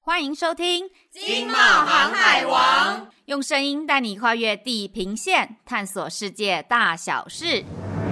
欢迎收听《 经贸航海王》， 用声音带你跨越地平线，探索世界大小事。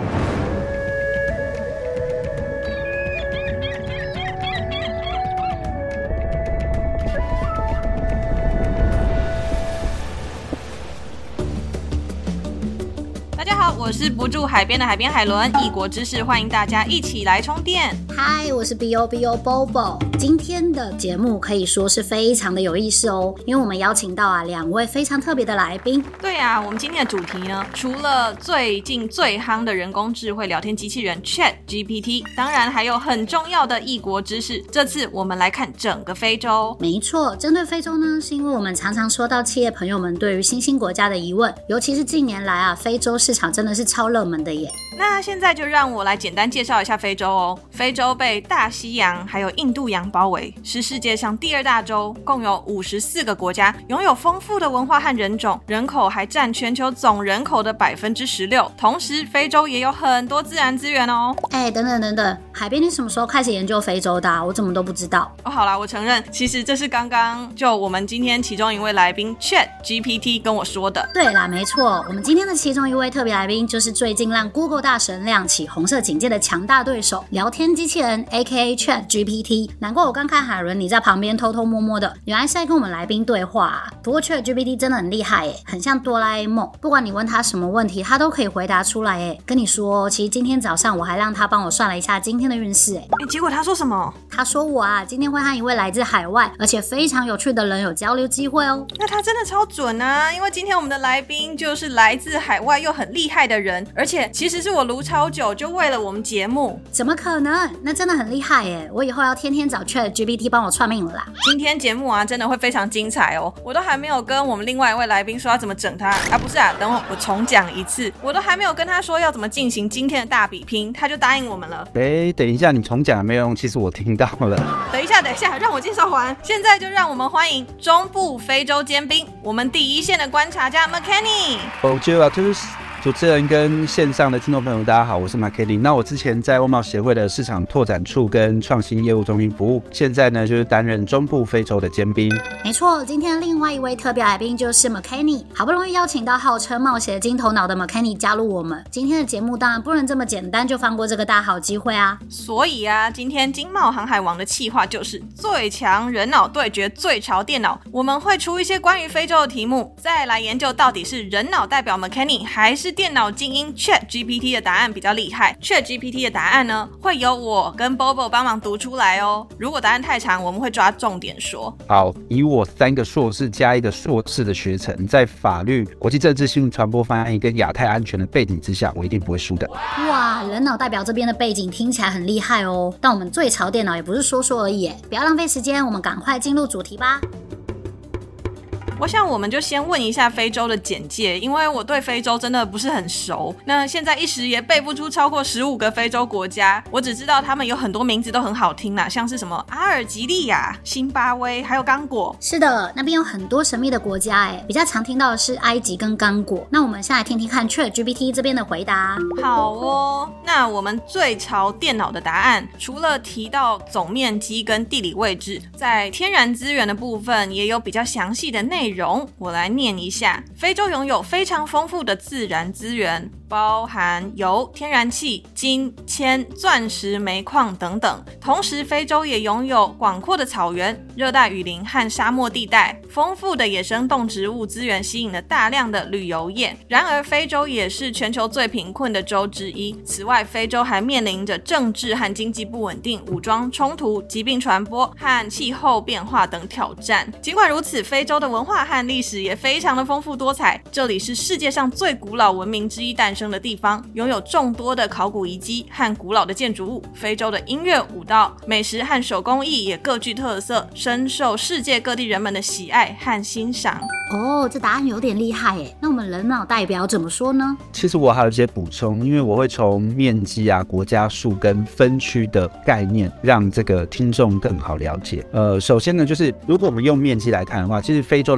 大家好，我是不住海边的海边海伦，异国知识，欢迎大家一起来充电。 嗨，我是 BOBO Bobo。今天的节目可以说是非常的有意思哦，因为我们邀请到两位非常特别的来宾。 对啊，我们今天的主题呢，除了最近最夯的人工智慧聊天机器人 ChatGPT， 当然还有很重要的异国知识。这次我们来看整个非洲。 没错，针对非洲呢，是因为我们常常收到企业朋友们对于新兴国家的疑问，尤其是近年来啊，非洲市场真的是超热门的耶。 那现在就让我来简单介绍一下非洲哦。非洲被大西洋还有印度洋包围，是世界上第二大洲，共有54个国家，拥有丰富的文化和人种，人口还占全球总人口的 16%。 同时非洲也有很多自然资源哦。 等等，海边你什么时候开始研究非洲的啊？我怎么都不知道。 好啦，我承认，其实这是刚刚就我们今天其中一位来宾 ChatGPT 跟我说的。 对啦，没错，我们今天的其中一位特别来宾就是最近让 Google 大神亮起红色警戒的强大对手，聊天机器人 AKA ChatGPT。难怪我刚看海伦你在旁边偷偷摸摸的，原来是在跟我们来宾对话啊。不过 ChatGPT 真的很厉害耶，很像哆啦 A 梦，不管你问他什么问题，他都可以回答出来耶。跟你说，其实今天早上我还让他帮我算了一下今天的运势耶。 结果他说什么？ 他说我啊，今天会和一位来自海外而且非常有趣的人有交流机会哦。 那他真的超准啊，因为今天我们的来宾就是来自海外又很厉害的人，而且其实是我撸超久就为了我们节目。 怎么可能？那真的很厉害耶，我以后要天天找 ChatGPT 帮我串命了啦。 今天节目啊真的会非常精彩哦，我都还没有跟我们另外一位来宾说要怎么整他啊，不是啊，等我重讲一次，我都还没有跟他说要怎么进行今天的大比拼，他就答应我们了。 等一下，你重讲没有用，其实我听到了。 等一下，让我介绍完。现在就让我们欢迎中部非洲尖兵，我们第一线的观察家 McKenny。 就是主持人跟线上的听众朋友，大家好，我是 McKenny。那我之前在外贸协会的市场拓展处跟创新业务中心服务，现在呢就是担任中部非洲的尖兵。 没错，今天另外一位特别来宾就是 McKenny， 好不容易邀请到号称冒险金头脑的 McKenny 加入我们。今天的节目当然不能这么简单就放过这个大好机会啊！ 所以啊，今天经贸航海王的企划就是最强人脑对决最潮电脑，我们会出一些关于非洲的题目，再来研究到底是人脑代表 McKenny 还是电脑精英 ChatGPT 的答案比较厉害。 ChatGPT 的答案呢，会由我跟 Bobo 帮忙读出来哦。如果答案太长，我们会抓重点说。 好，以我3个硕士加一个硕士的学程，在法律、国际政治、新闻传播、翻译跟亚太安全的背景之下，我一定不会输的。 哇，人脑代表这边的背景听起来很厉害哦，但我们最潮电脑也不是说说而已耶，不要浪费时间，我们赶快进入主题吧。 我想我们就先问一下非洲的简介，因为我对非洲真的不是很熟，那现在一时也背不出超过15个非洲国家，我只知道他们有很多名字都很好听啦，像是什么阿尔及利亚、辛巴威还有刚果。 是的，那边有很多神秘的国家比较常听到的是埃及跟刚果。那我们先来听听看 ChatGPT 这边的回答。 好哦，那我们最潮电脑的答案除了提到总面积跟地理位置，在天然资源的部分也有比较详细的内容，我来念一下。非洲拥有非常丰富的自然资源，包含油、天然气、金、铅、钻石、煤矿等等。同时非洲也拥有广阔的草原、热带雨林和沙漠地带，丰富的野生动植物资源吸引了大量的旅游业。然而非洲也是全球最贫困的州之一。此外非洲还面临着政治和经济不稳定、武装冲突、疾病传播和气候变化等挑战。尽管如此，非洲的文化和历史也非常的丰富多彩，这里是世界上最古老文明之一诞生的地方，拥有众多的考古遗迹和古老的建筑物。非洲的音乐、舞蹈、美食和手工艺也各具特色，深受世界各地人们的喜爱和欣赏。 哦，这答案有点厉害耶。那我们人脑代表怎么说呢？ 其实我还有一些补充，因为我会从面积啊、国家数跟分区的概念，让这个听众更好了解。首先呢，就是如果我们用面积来看的话，其实非洲的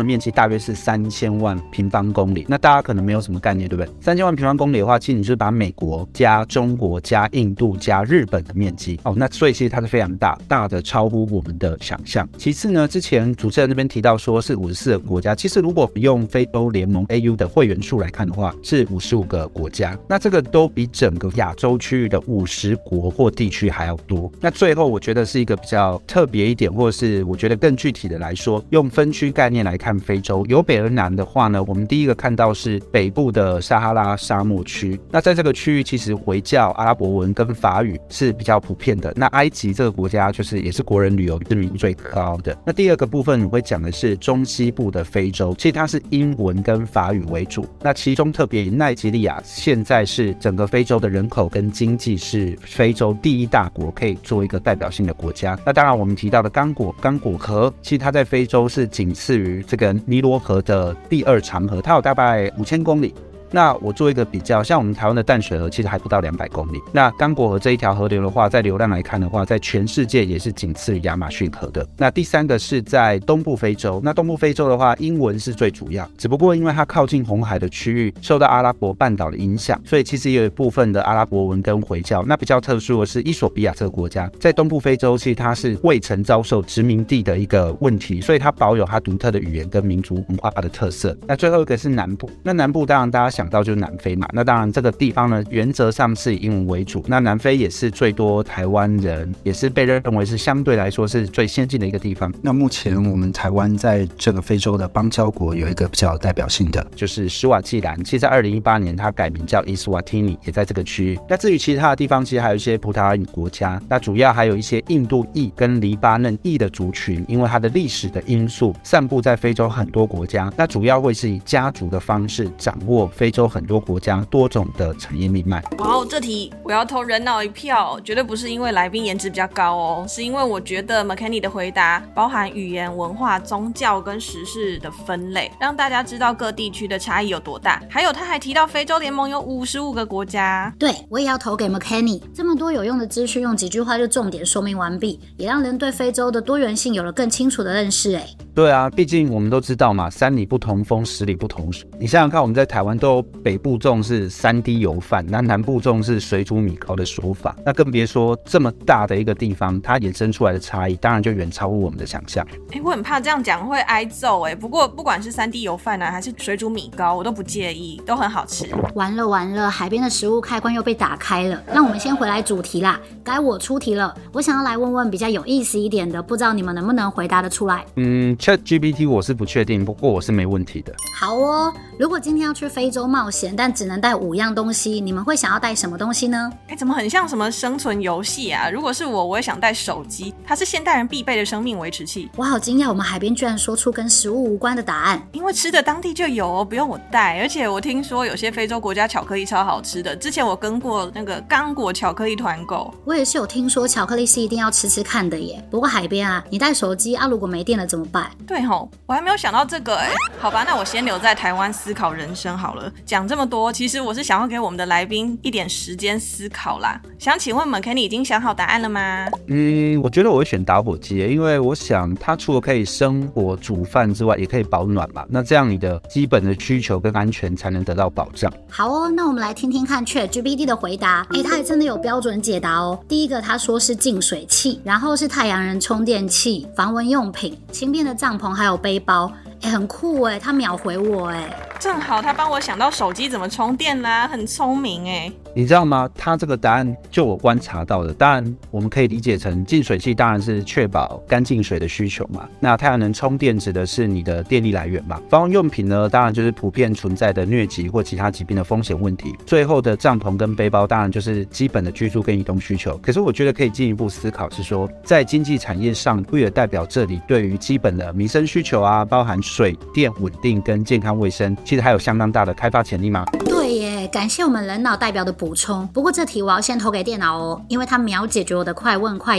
面积大约是3000万平方公里。那大家可能没有什么概念，对不对？3000万平方公里的话，其实你就是把美国加中国加印度加日本的面积那所以其实它是非常大的超乎我们的想象。其次呢，之前主持人那边提到说是54个国家，其实如果用非洲联盟 AU 的会员数来看的话，是55个国家，那这个都比整个亚洲区域的50国或地区还要多。那最后我觉得是一个比较特别一点，或者是我觉得更具体的来说，用分区概念来看非洲，由北而南的话呢，我们第一个看到是北部的撒哈拉沙漠区。那在这个区域其实回教、阿拉伯文跟法语是比较普遍的。那埃及这个国家就是也是国人旅游知名度最高的。那第二个部分我会讲的是中西部的非洲，其实它是英文跟法语为主。那其中特别以奈及利亚现在是整个非洲的人口跟经济是非洲第一大国，可以做一个代表性的国家。那当然我们提到的刚果河，其实它在非洲是仅次于这个尼罗河的第二长河，它有大概5000公里。那我做一个比较，像我们台湾的淡水河其实还不到200公里，那刚果河这一条河流的话，在流量来看的话，在全世界也是仅次于亚马逊河的。那第三个是在东部非洲，那东部非洲的话，英文是最主要，只不过因为它靠近红海的区域，受到阿拉伯半岛的影响，所以其实也有一部分的阿拉伯文跟回教。那比较特殊的是伊索比亚这个国家，在东部非洲其实它是未曾遭受殖民地的一个问题，所以它保有它独特的语言跟民族文化的特色。那最后一个是南部，那南部当然大家想到就是南非嘛，那当然这个地方呢，原则上是以英文为主。那南非也是最多台湾人，也是被认为是相对来说是最先进的一个地方。 那目前我们台湾在这个非洲的邦交国有一个比较有代表性的， 就是施瓦季兰。其实在2018年它改名叫伊斯瓦提尼，也在这个区域。那至于其他的地方，其实还有一些葡萄牙语国家，那主要还有一些印度裔跟黎巴嫩裔的族群，因为它的历史的因素散布在非洲很多国家。那主要会是以家族的方式掌握非洲很多国家多种的产业命脉。 哇，这题我要投人脑一票，绝对不是因为来宾颜值比较高哦，是因为我觉得 McKenny 的回答包含语言、文化、宗教跟时事的分类，让大家知道各地区的差异有多大。还有他还提到非洲联盟有55个国家。 对，我也要投给 McKenny， 这么多有用的资讯用几句话就重点说明完毕，也让人对非洲的多元性有了更清楚的认识。 对啊，毕竟我们都知道嘛，山里不同风，十里不同水。你想想看，我们在台湾都有北部粽是3D 油饭，那南部粽是水煮米糕的说法，那更别说这么大的一个地方，它衍生出来的差异，当然就远超乎我们的想象。 我很怕这样讲会挨揍不过不管是3D 油饭还是水煮米糕，我都不介意，都很好吃。 完了，海边的食物开关又被打开了。让我们先回来主题啦，该我出题了。我想要来问问比较有意思一点的，不知道你们能不能回答得出来。 ChatGPT 我是不确定，不过我是没问题的。 好哦，如果今天要去非洲冒险，但只能带5样东西，你们会想要带什么东西呢？ 怎么很像什么生存游戏啊？如果是我也想带手机，它是现代人必备的生命维持器。 我好惊讶，我们海边居然说出跟食物无关的答案。 因为吃的当地就有不用我带。而且我听说有些非洲国家巧克力超好吃的，之前我跟过那个刚果巧克力团购。 我也是有听说巧克力是一定要吃看的耶。不过海边你带手机如果没电了怎么办？ 对吼，我还没有想到这个好吧，那我先留在台湾思考人生好了。讲这么多，其实我是想要给我们的来宾一点时间思考啦。想请问 McKenny 已经想好答案了吗？ 我觉得我会选打火机，因为我想它除了可以生火煮饭之外，也可以保暖嘛。那这样你的基本的需求跟安全才能得到保障。 好哦，那我们来听听看 ChatGPT 的回答。它也真的有标准解答哦。第一个他说是净水器，然后是太阳能充电器、防蚊用品、轻便的帐篷还有背包。很酷他秒回我正好他帮我想到手机怎么充电啦，很聪明你知道吗？他这个答案就我观察到的，当然我们可以理解成净水器当然是确保干净水的需求嘛，那太阳能充电指的是你的电力来源嘛，防蚊用品呢当然就是普遍存在的疟疾或其他疾病的风险问题，最后的帐篷跟背包当然就是基本的居住跟移动需求。可是我觉得可以进一步思考是说，在经济产业上不也代表这里对于基本的民生需求包含水电稳定跟健康卫生，其实还有相当大的开发潜力吗？ 对耶，感谢我们人脑代表的补充。不过这题我要先投给电脑因为它秒解决我的快问快答。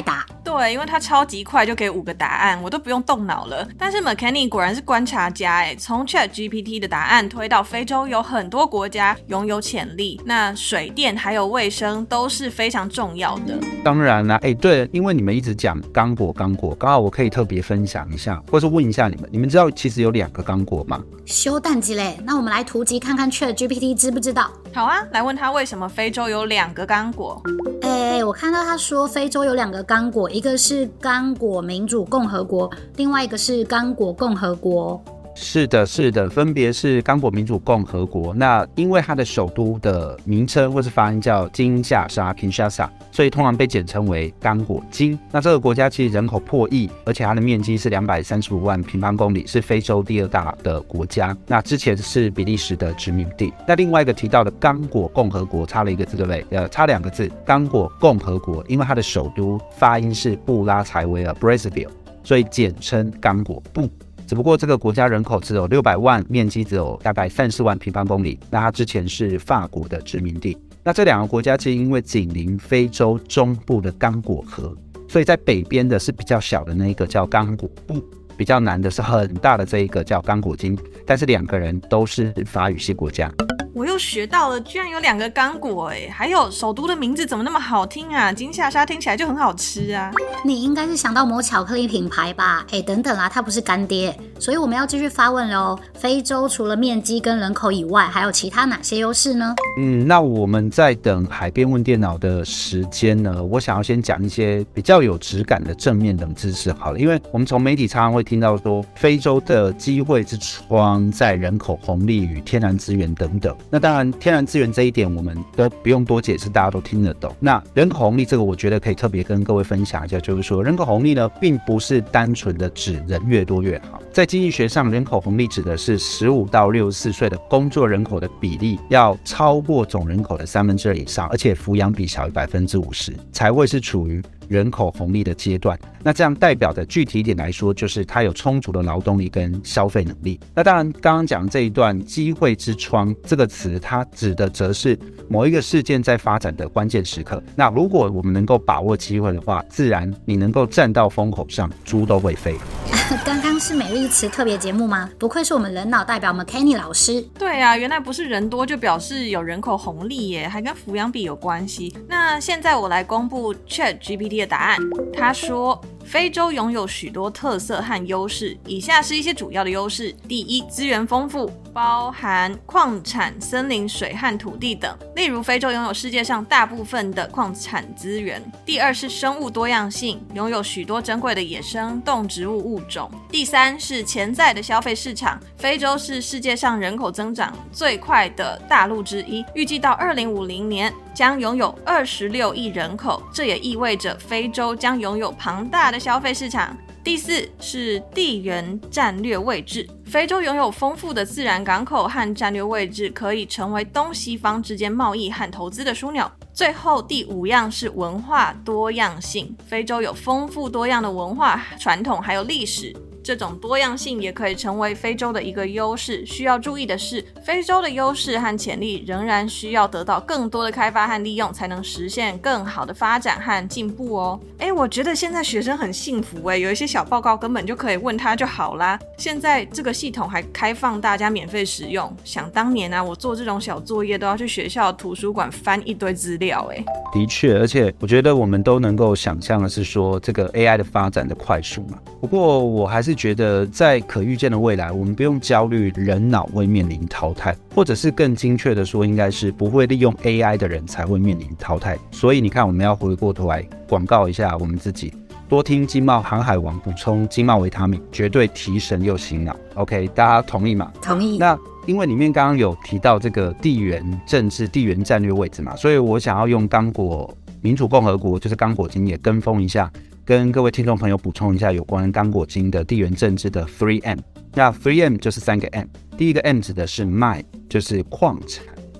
对，因为他超级快就给5个答案，我都不用动脑了。但是 McKenny 果然是观察家从 ChatGPT 的答案推到非洲有很多国家拥有潜力，那水电还有卫生都是非常重要的。 当然啦，对，因为你们一直讲刚果，刚好我可以特别分享一下，或是问一下你们知道其实有2个刚果吗？ 修蛋鸡嘞，那我们来图集看看 ChatGPT 知不知道？ 好啊，来问他为什么非洲有2个刚果。 我看到他说非洲有2个刚果，一个是刚果民主共和国，另外一个是刚果共和国。 是的，分别是刚果民主共和国。那因为它的首都的名称或是发音叫金夏沙 Kinshasa， 所以通常被简称为刚果金。那这个国家其实人口破亿，而且它的面积是235万平方公里，是非洲第2大的国家。那之前是比利时的殖民地。那另外一个提到的刚果共和国差了一个字，对不对？差2个字，刚果共和国，因为它的首都发音是布拉柴维尔 Brazzaville， 所以简称刚果布。只不过这个国家人口只有600万，面积只有大概34万平方公里。那它之前是法国的殖民地。那这2个国家其实因为紧邻非洲中部的刚果河，所以在北边的是比较小的那一个叫刚果布，比较南的是很大的这一个叫刚果金。但是2个人都是法语系国家。 我又学到了，居然有2个刚果还有首都的名字怎么那么好听啊？金夏沙听起来就很好吃啊。 你应该是想到某巧克力品牌吧？等等啦，它不是干爹。所以我们要继续发问咯，非洲除了面积跟人口以外，还有其他哪些优势呢？ 那我们在等海边问电脑的时间呢，我想要先讲一些比较有质感的正面冷知识好了。因为我们从媒体常常会听到说非洲的机会之窗在人口红利与天然资源等等。那当然天然资源这一点我们都不用多解释，大家都听得懂。那人口红利这个我觉得可以特别跟各位分享一下，就是说人口红利呢并不是单纯的指人越多越好。在经济学上，人口红利指的是15到64岁的工作人口的比例要超过总人口的2/3以上，而且抚养比小于50%，才会是处于人口红利的阶段。那这样代表的具体一点来说，就是它有充足的劳动力跟消费能力。那当然刚刚讲这一段机会之窗这个词，它指的则是某一个事件在发展的关键时刻。那如果我们能够把握机会的话，自然你能够站到风口上，猪都会飞。 刚刚是美丽词特别节目吗？不愧是我们人脑代表 McKenny 老师。 对啊，原来不是人多就表示有人口红利耶，还跟抚养比有关系。那现在我来公布 ChatGPT 的答案。他说非洲拥有许多特色和优势，以下是一些主要的优势。第一，资源丰富，包含矿产、森林、水和土地等，例如非洲拥有世界上大部分的矿产资源。第二是生物多样性，拥有许多珍贵的野生动植物物种。第三是潜在的消费市场，非洲是世界上人口增长最快的大陆之一，预计到2050年将拥有26亿人口，这也意味着非洲将拥有庞大的消费市场。第四是地缘战略位置，非洲拥有丰富的自然港口和战略位置，可以成为东西方之间贸易和投资的枢纽。最后第5样是文化多样性，非洲有丰富多样的文化传统还有历史，这种多样性也可以成为非洲的一个优势。需要注意的是，非洲的优势和潜力仍然需要得到更多的开发和利用，才能实现更好的发展和进步哦。我觉得现在学生很幸福有一些小报告根本就可以问他就好啦。现在这个系统还开放大家免费使用，想当年我做这种小作业都要去学校图书馆翻一堆资料的确，而且我觉得我们都能够想象的是说这个 AI 的发展的快速嘛。不过我还是觉得在可预见的未来，我们不用焦虑人脑会面临淘汰，或者是更精确的说，应该是不会利用 AI 的人才会面临淘汰。所以你看，我们要回过头来广告一下我们自己，多听经贸航海王，补充经贸维他命，绝对提神又醒脑。 OK， 大家同意吗？ 同意。 那因为里面刚刚有提到这个地缘政治、地缘战略位置嘛，所以我想要用刚果民主共和国，就是刚果金也跟风一下，跟各位听众朋友补充一下有关刚果金的地缘政治的 3M。 那 3M 就是3个 M， 第一个 M 指的是 mine， 就是矿产，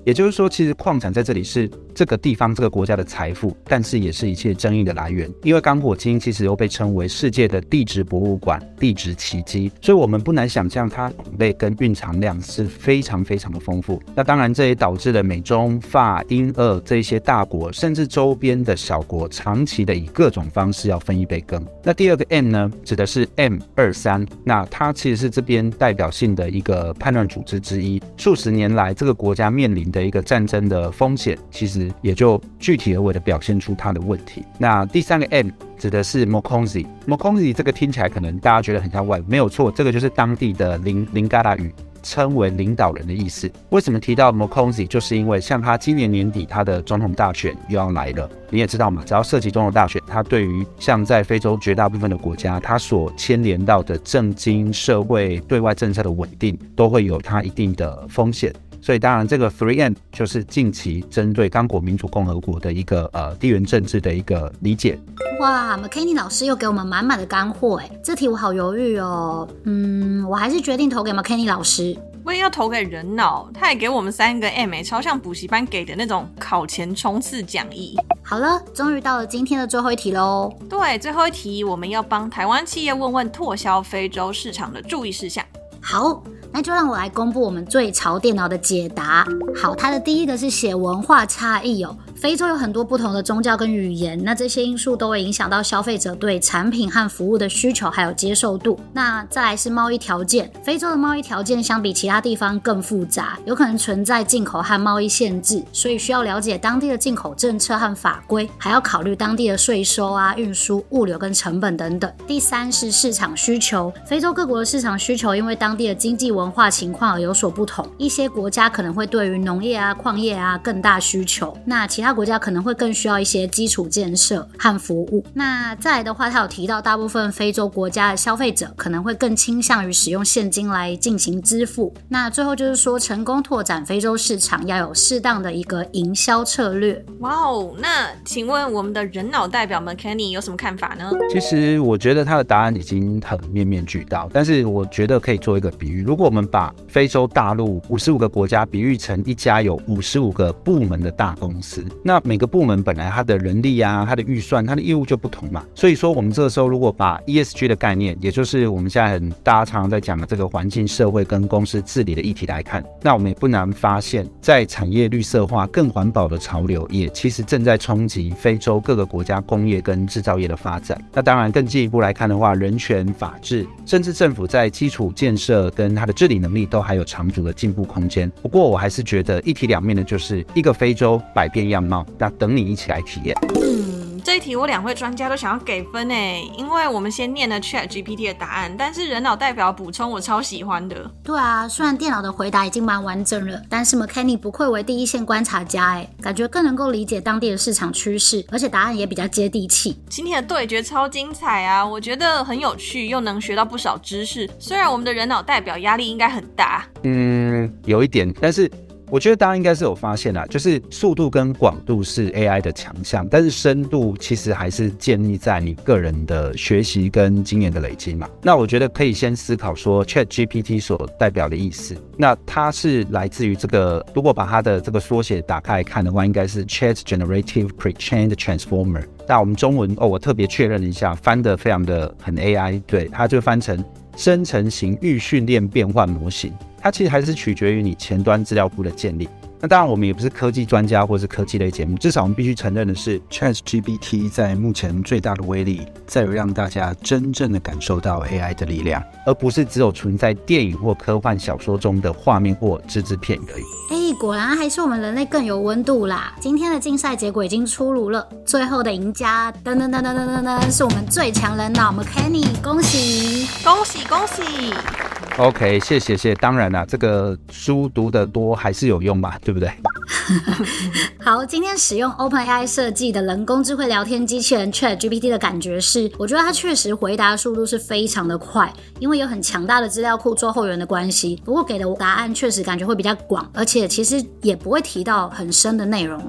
也就是说，其实矿产在这里是这个地方这个国家的财富，但是也是一切争议的来源。因为刚果金其实又被称为世界的地质博物馆、地质奇迹，所以我们不难想象它种类跟蕴藏量是非常非常的丰富。那当然这也导致了美中法英俄这一些大国，甚至周边的小国长期的以各种方式要分一杯羹。那第二个 M 呢，指的是 M23， 那它其实是这边代表性的一个叛乱组织之一。数十年来这个国家面临的一个战争的风险，其实也就具体而为的表现出它的问题。那第三个 M 指的是 Mokonzi 这个听起来可能大家觉得很像外语，没有错，这个就是当地的林嘎达语，称为领导人的意思。为什么提到 Mokonzi， 就是因为像他今年年底他的总统大选又要来了，你也知道嘛，只要涉及总统大选，它对于像在非洲绝大部分的国家，它所牵连到的政经社会对外政策的稳定都会有它一定的风险。所以当然这个 3M 就是近期针对刚果民主共和国的一个地缘政治的一个理解。 哇 McKenny 老师又给我们满满的干货耶，这题我好犹豫哦。我还是决定投给 McKenny 老师。 我也要投给人脑，他也给我们3个 M， 超像补习班给的那种考前冲刺讲义。 好了，终于到了今天的最后一题咯。 对，最后一题我们要帮台湾企业问问拓销非洲市场的注意事项。 好，那就让我来公布我们最潮电脑的解答。好，它的第一个是写文化差异哦。非洲有很多不同的宗教跟语言，那这些因素都会影响到消费者对产品和服务的需求还有接受度。那再来是贸易条件，非洲的贸易条件相比其他地方更复杂，有可能存在进口和贸易限制，所以需要了解当地的进口政策和法规，还要考虑当地的税收啊、运输、物流跟成本等等。第三是市场需求，非洲各国的市场需求因为当地的经济文化情况而有所不同，一些国家可能会对于农业啊、矿业啊更大需求，那其他国家可能会更需要一些基础建设和服务。那再来的话，他有提到大部分非洲国家的消费者可能会更倾向于使用现金来进行支付。那最后就是说，成功拓展非洲市场要有适当的一个营销策略。 哇哦，那请问我们的人脑代表 McKenny 有什么看法呢？ 其实我觉得他的答案已经很面面俱到，但是我觉得可以做一个比喻，如果我们把非洲大陆55个国家比喻成一家有55个部门的大公司，那每个部门本来它的人力啊、它的预算、它的业务就不同嘛，所以说我们这个时候如果把 ESG 的概念，也就是我们现在大家常常在讲的这个环境、社会跟公司治理的议题来看，那我们也不难发现，在产业绿色化、更环保的潮流，也其实正在冲击非洲各个国家工业跟制造业的发展。那当然更进一步来看的话，人权、法治，甚至政府在基础建设跟它的治理能力都还有长足的进步空间。不过我还是觉得一体两面的，就是一个非洲百变样貌，那等你一起来体验。 这一题我2位专家都想要给分耶，因为我们先念了 ChatGPT 的答案，但是人脑代表补充我超喜欢的。 对啊，虽然电脑的回答已经蛮完整了，但是 McKenny 不愧为第一线观察家耶，感觉更能够理解当地的市场趋势，而且答案也比较接地气。 今天的对决超精彩啊，我觉得很有趣，又能学到不少知识。虽然我们的人脑代表压力应该很大， 有一点，但是我觉得大家应该是有发现啦，就是速度跟广度是 AI 的强项，但是深度其实还是建立在你个人的学习跟经验的累积嘛。那我觉得可以先思考说 ChatGPT 所代表的意思，那它是来自于这个，如果把它的这个缩写打开来看的话，应该是 Chat Generative Pre-trained Transformer。那我们中文我特别确认了一下，翻得非常的很 AI， 对，它就翻成生成型预训练变换模型。它其实还是取决于你前端资料库的建立。那当然我们也不是科技专家或是科技类节目，至少我们必须承认的是 ChatGPT 在目前最大的威力在于让大家真正的感受到 AI 的力量， 而不是只有存在电影或科幻小说中的画面或只字片而已。 果然还是我们人类更有温度啦。今天的竞赛结果已经出炉了，最后的赢家噔噔噔噔噔噔噔是我们最强人脑 McKenny， 恭喜恭喜恭喜。 OK， 谢谢。当然啦，这个书读得多还是有用嘛，对不对？ 好，今天使用 OpenAI 设计的人工智慧聊天机器人 ChatGPT 的感觉是，我觉得它确实回答速度是非常的快，因为有很强大的资料库做后援的关系。不过给的答案确实感觉会比较广，而且其实也不会提到很深的内容哦。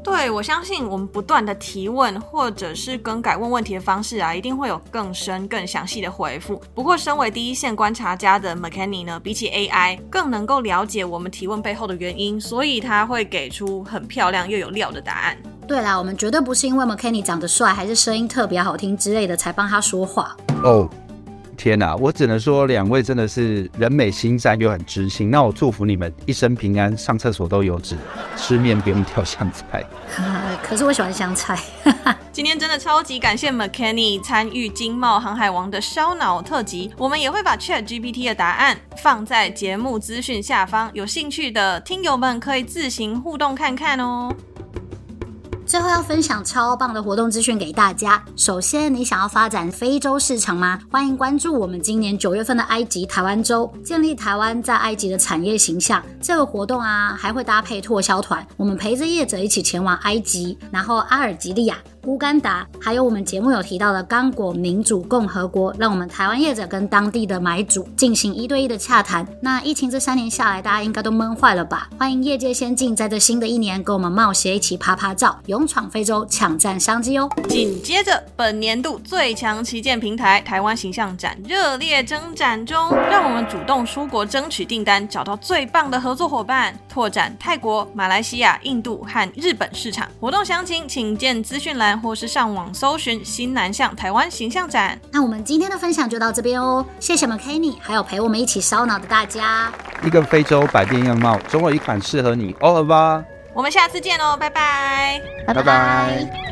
对，我相信我们不断的提问或者是更改问问题的方式啊，一定会有更深更详细的回复。不过身为第一线观察家的 McKenny 呢，比起 AI 更能够了解我们提问背后的原因，所以他会给出很漂亮又有料的答案。 对啦，我们绝对不是因为 McKenny 长得帅还是声音特别好听之类的才帮他说话哦。天哪，我只能说两位真的是人美心善又很知性，那我祝福你们一生平安，上厕所都有纸，吃面不用挑香菜。 可是我喜欢香菜。 今天真的超级感谢 McKenny 参与经贸航海王的烧脑特辑，我们也会把 ChatGPT 的答案放在节目资讯下方，有兴趣的听友们可以自行互动看看哦。 最后要分享超棒的活动资讯给大家。首先，你想要发展非洲市场吗？欢迎关注我们今年9月份的埃及台湾周，建立台湾在埃及的产业形象。这个活动啊，还会搭配拓销团，我们陪着业者一起前往埃及，然后阿尔及利亚、乌干达，还有我们节目有提到的刚果民主共和国，让我们台湾业者跟当地的买主进行1对1的洽谈。那疫情这3年下来，大家应该都闷坏了吧？欢迎业界先进在这新的1年跟我们冒险一起拍拍照，勇闯非洲，抢占商机哦。 紧接着，本年度最强旗舰平台台湾形象展热烈征展中，让我们主动出国争取订单，找到最棒的合作伙伴，拓展泰国、马来西亚、印度和日本市场。活动详情请见资讯栏或是上网搜寻新南向台湾形象展。 那我们今天的分享就到这边哦，谢谢 McKenny 还有陪我们一起烧脑的大家。 一个非洲百变样貌，总有一款适合你。欧了吧， 我们下次见哦，拜拜， 拜拜。